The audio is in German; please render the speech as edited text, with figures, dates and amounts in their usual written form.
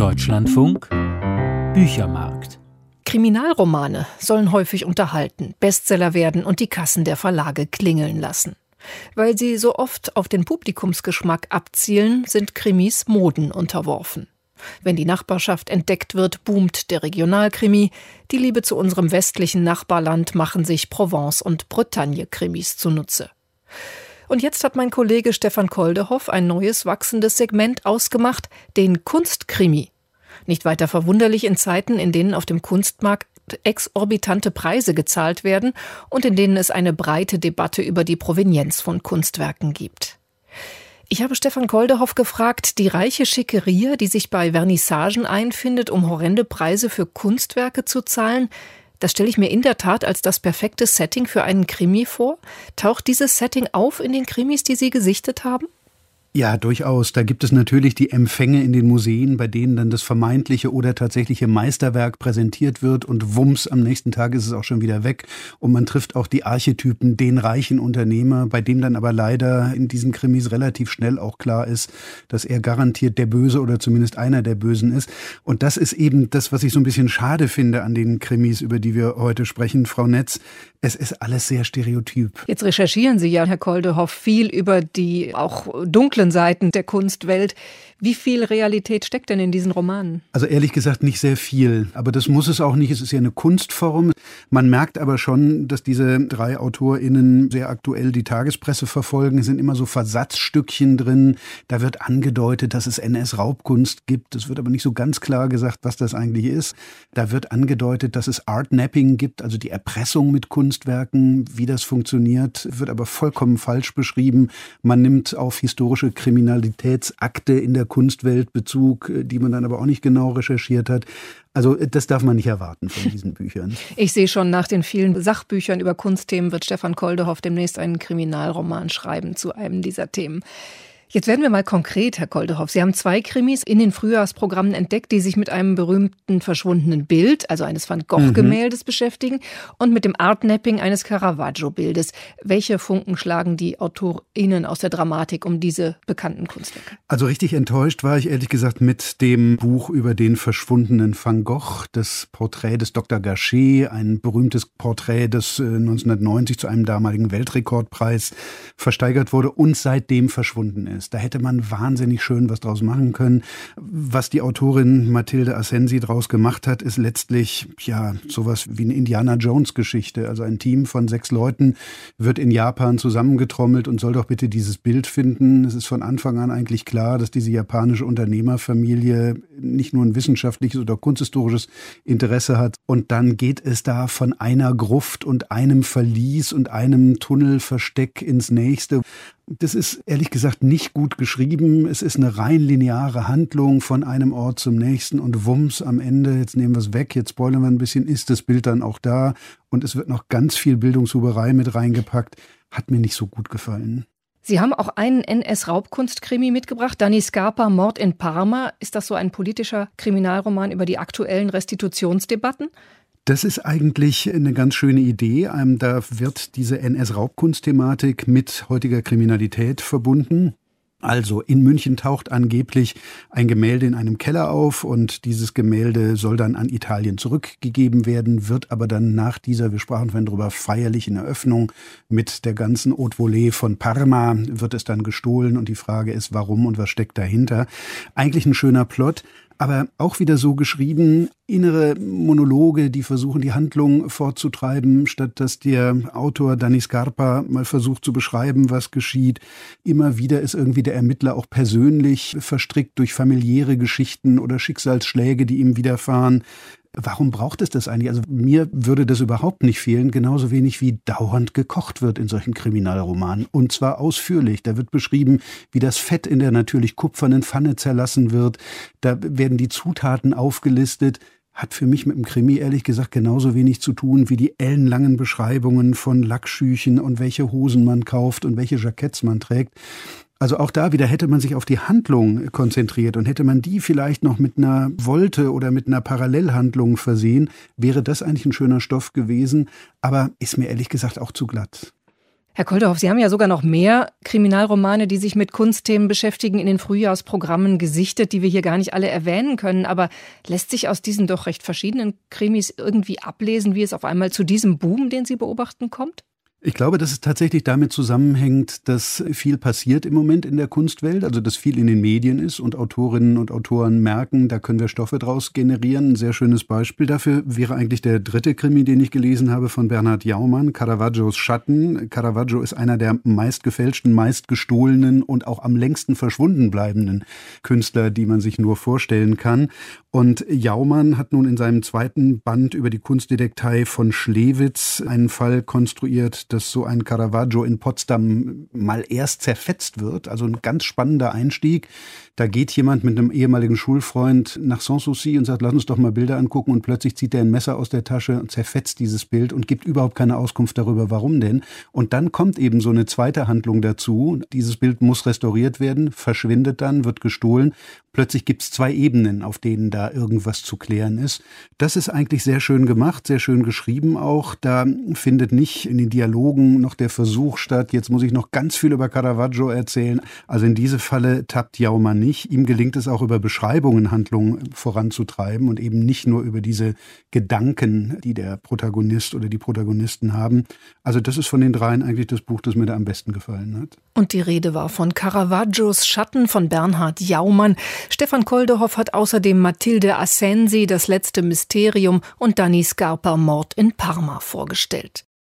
Deutschlandfunk Büchermarkt. Kriminalromane sollen häufig unterhalten, Bestseller werden und die Kassen der Verlage klingeln lassen. Weil sie so oft auf den Publikumsgeschmack abzielen, sind Krimis Moden unterworfen. Wenn die Nachbarschaft entdeckt wird, boomt der Regionalkrimi. Die Liebe zu unserem westlichen Nachbarland machen sich Provence- und Bretagne-Krimis zunutze. Und jetzt hat mein Kollege Stefan Koldehoff ein neues wachsendes Segment ausgemacht, den Kunstkrimi. Nicht weiter verwunderlich in Zeiten, in denen auf dem Kunstmarkt exorbitante Preise gezahlt werden und in denen es eine breite Debatte über die Provenienz von Kunstwerken gibt. Ich habe Stefan Koldehoff gefragt, die reiche Schickeria, die sich bei Vernissagen einfindet, um horrende Preise für Kunstwerke zu zahlen, das stelle ich mir in der Tat als das perfekte Setting für einen Krimi vor. Taucht dieses Setting auf in den Krimis, die Sie gesichtet haben? Ja, durchaus. Da gibt es natürlich die Empfänge in den Museen, bei denen dann das vermeintliche oder tatsächliche Meisterwerk präsentiert wird und wumms, am nächsten Tag ist es auch schon wieder weg. Und man trifft auch die Archetypen, den reichen Unternehmer, bei dem dann aber leider in diesen Krimis relativ schnell auch klar ist, dass er garantiert der Böse oder zumindest einer der Bösen ist. Und das ist eben das, was ich so ein bisschen schade finde an den Krimis, über die wir heute sprechen, Frau Netz. Es ist alles sehr stereotyp. Jetzt recherchieren Sie ja, Herr Koldehoff, viel über die auch dunklen Seiten der Kunstwelt. Wie viel Realität steckt denn in diesen Romanen? Also ehrlich gesagt nicht sehr viel, aber das muss es auch nicht. Es ist ja eine Kunstform. Man merkt aber schon, dass diese drei AutorInnen sehr aktuell die Tagespresse verfolgen. Es sind immer so Versatzstückchen drin. Da wird angedeutet, dass es NS-Raubkunst gibt. Es wird aber nicht so ganz klar gesagt, was das eigentlich ist. Da wird angedeutet, dass es Art-Napping gibt, also die Erpressung mit Kunstwerken. Wie das funktioniert, wird aber vollkommen falsch beschrieben. Man nimmt auf historische Kriminalitätsakte in der Kunstwelt Bezug, die man dann aber auch nicht genau recherchiert hat. Also das darf man nicht erwarten von diesen Büchern. Ich sehe schon, nach den vielen Sachbüchern über Kunstthemen wird Stefan Koldehoff demnächst einen Kriminalroman schreiben zu einem dieser Themen. Jetzt werden wir mal konkret, Herr Koldehoff. Sie haben 2 Krimis in den Frühjahrsprogrammen entdeckt, die sich mit einem berühmten verschwundenen Bild, also eines Van Gogh-Gemäldes, beschäftigen und mit dem Art-Napping eines Caravaggio-Bildes. Welche Funken schlagen die AutorInnen aus der Dramatik um diese bekannten Kunstwerke? Also richtig enttäuscht war ich ehrlich gesagt mit dem Buch über den verschwundenen Van Gogh, das Porträt des Dr. Gachet, ein berühmtes Porträt, das 1990 zu einem damaligen Weltrekordpreis versteigert wurde und seitdem verschwunden ist. Da hätte man wahnsinnig schön was draus machen können. Was die Autorin Mathilde Asensi draus gemacht hat, ist letztlich ja sowas wie eine Indiana-Jones-Geschichte. Also ein Team von 6 Leuten wird in Japan zusammengetrommelt und soll doch bitte dieses Bild finden. Es ist von Anfang an eigentlich klar, dass diese japanische Unternehmerfamilie nicht nur ein wissenschaftliches oder kunsthistorisches Interesse hat. Und dann geht es da von einer Gruft und einem Verlies und einem Tunnelversteck ins nächste. Das ist ehrlich gesagt nicht gut geschrieben. Es ist eine rein lineare Handlung von einem Ort zum nächsten und wumms am Ende, jetzt nehmen wir es weg, jetzt spoilern wir ein bisschen, ist das Bild dann auch da und es wird noch ganz viel Bildungshuberei mit reingepackt. Hat mir nicht so gut gefallen. Sie haben auch einen NS-Raubkunstkrimi mitgebracht, Danny Scarpa, Mord in Parma. Ist das so ein politischer Kriminalroman über die aktuellen Restitutionsdebatten? Das ist eigentlich eine ganz schöne Idee. Da wird diese NS-Raubkunst-Thematik mit heutiger Kriminalität verbunden. Also in München taucht angeblich ein Gemälde in einem Keller auf und dieses Gemälde soll dann an Italien zurückgegeben werden, wird aber dann nach dieser, wir sprachen vorhin drüber, feierlichen Eröffnung mit der ganzen Haute Volée von Parma, wird es dann gestohlen und die Frage ist, warum und was steckt dahinter. Eigentlich ein schöner Plot. Aber auch wieder so geschrieben, innere Monologe, die versuchen, die Handlung fortzutreiben, statt dass der Autor Danny Scarpa mal versucht zu beschreiben, was geschieht. Immer wieder ist irgendwie der Ermittler auch persönlich verstrickt durch familiäre Geschichten oder Schicksalsschläge, die ihm widerfahren. Warum braucht es das eigentlich? Also mir würde das überhaupt nicht fehlen, genauso wenig wie dauernd gekocht wird in solchen Kriminalromanen. Und zwar ausführlich. Da wird beschrieben, wie das Fett in der natürlich kupfernen Pfanne zerlassen wird. Da werden die Zutaten aufgelistet. Hat für mich mit dem Krimi ehrlich gesagt genauso wenig zu tun wie die ellenlangen Beschreibungen von Lackschüchen und welche Hosen man kauft und welche Jacketts man trägt. Also auch da wieder hätte man sich auf die Handlung konzentriert und hätte man die vielleicht noch mit einer Volte oder mit einer Parallelhandlung versehen, wäre das eigentlich ein schöner Stoff gewesen, aber ist mir ehrlich gesagt auch zu glatt. Herr Kolderhoff, Sie haben ja sogar noch mehr Kriminalromane, die sich mit Kunstthemen beschäftigen, in den Frühjahrsprogrammen gesichtet, die wir hier gar nicht alle erwähnen können. Aber lässt sich aus diesen doch recht verschiedenen Krimis irgendwie ablesen, wie es auf einmal zu diesem Boom, den Sie beobachten, kommt? Ich glaube, dass es tatsächlich damit zusammenhängt, dass viel passiert im Moment in der Kunstwelt, also dass viel in den Medien ist und Autorinnen und Autoren merken, da können wir Stoffe draus generieren. Ein sehr schönes Beispiel dafür wäre eigentlich der 3. Krimi, den ich gelesen habe von Bernhard Jaumann, Caravaggios Schatten. Caravaggio ist einer der meistgefälschten, meistgestohlenen und auch am längsten verschwunden bleibenden Künstler, die man sich nur vorstellen kann. Und Jaumann hat nun in seinem 2. Band über die Kunstdetektei von Schlewitz einen Fall konstruiert, dass so ein Caravaggio in Potsdam mal erst zerfetzt wird. Also ein ganz spannender Einstieg. Da geht jemand mit einem ehemaligen Schulfreund nach Sanssouci und sagt, lass uns doch mal Bilder angucken. Und plötzlich zieht er ein Messer aus der Tasche und zerfetzt dieses Bild und gibt überhaupt keine Auskunft darüber, warum denn. Und dann kommt eben so eine zweite Handlung dazu. Dieses Bild muss restauriert werden, verschwindet dann, wird gestohlen. Plötzlich gibt es 2 Ebenen, auf denen da irgendwas zu klären ist. Das ist eigentlich sehr schön gemacht, sehr schön geschrieben auch. Da findet nicht in den Dialogen noch der Versuch statt, jetzt muss ich noch ganz viel über Caravaggio erzählen. Also in diese Falle tappt Jaumann nicht. Ihm gelingt es auch über Beschreibungen Handlungen voranzutreiben und eben nicht nur über diese Gedanken, die der Protagonist oder die Protagonisten haben. Also das ist von den 3 eigentlich das Buch, das mir da am besten gefallen hat. Und die Rede war von Caravaggios Schatten von Bernhard Jaumann. Stefan Kolderhoff hat außerdem Matilde Asensi, Das letzte Mysterium und Danny Scarpa, Mord in Parma vorgestellt.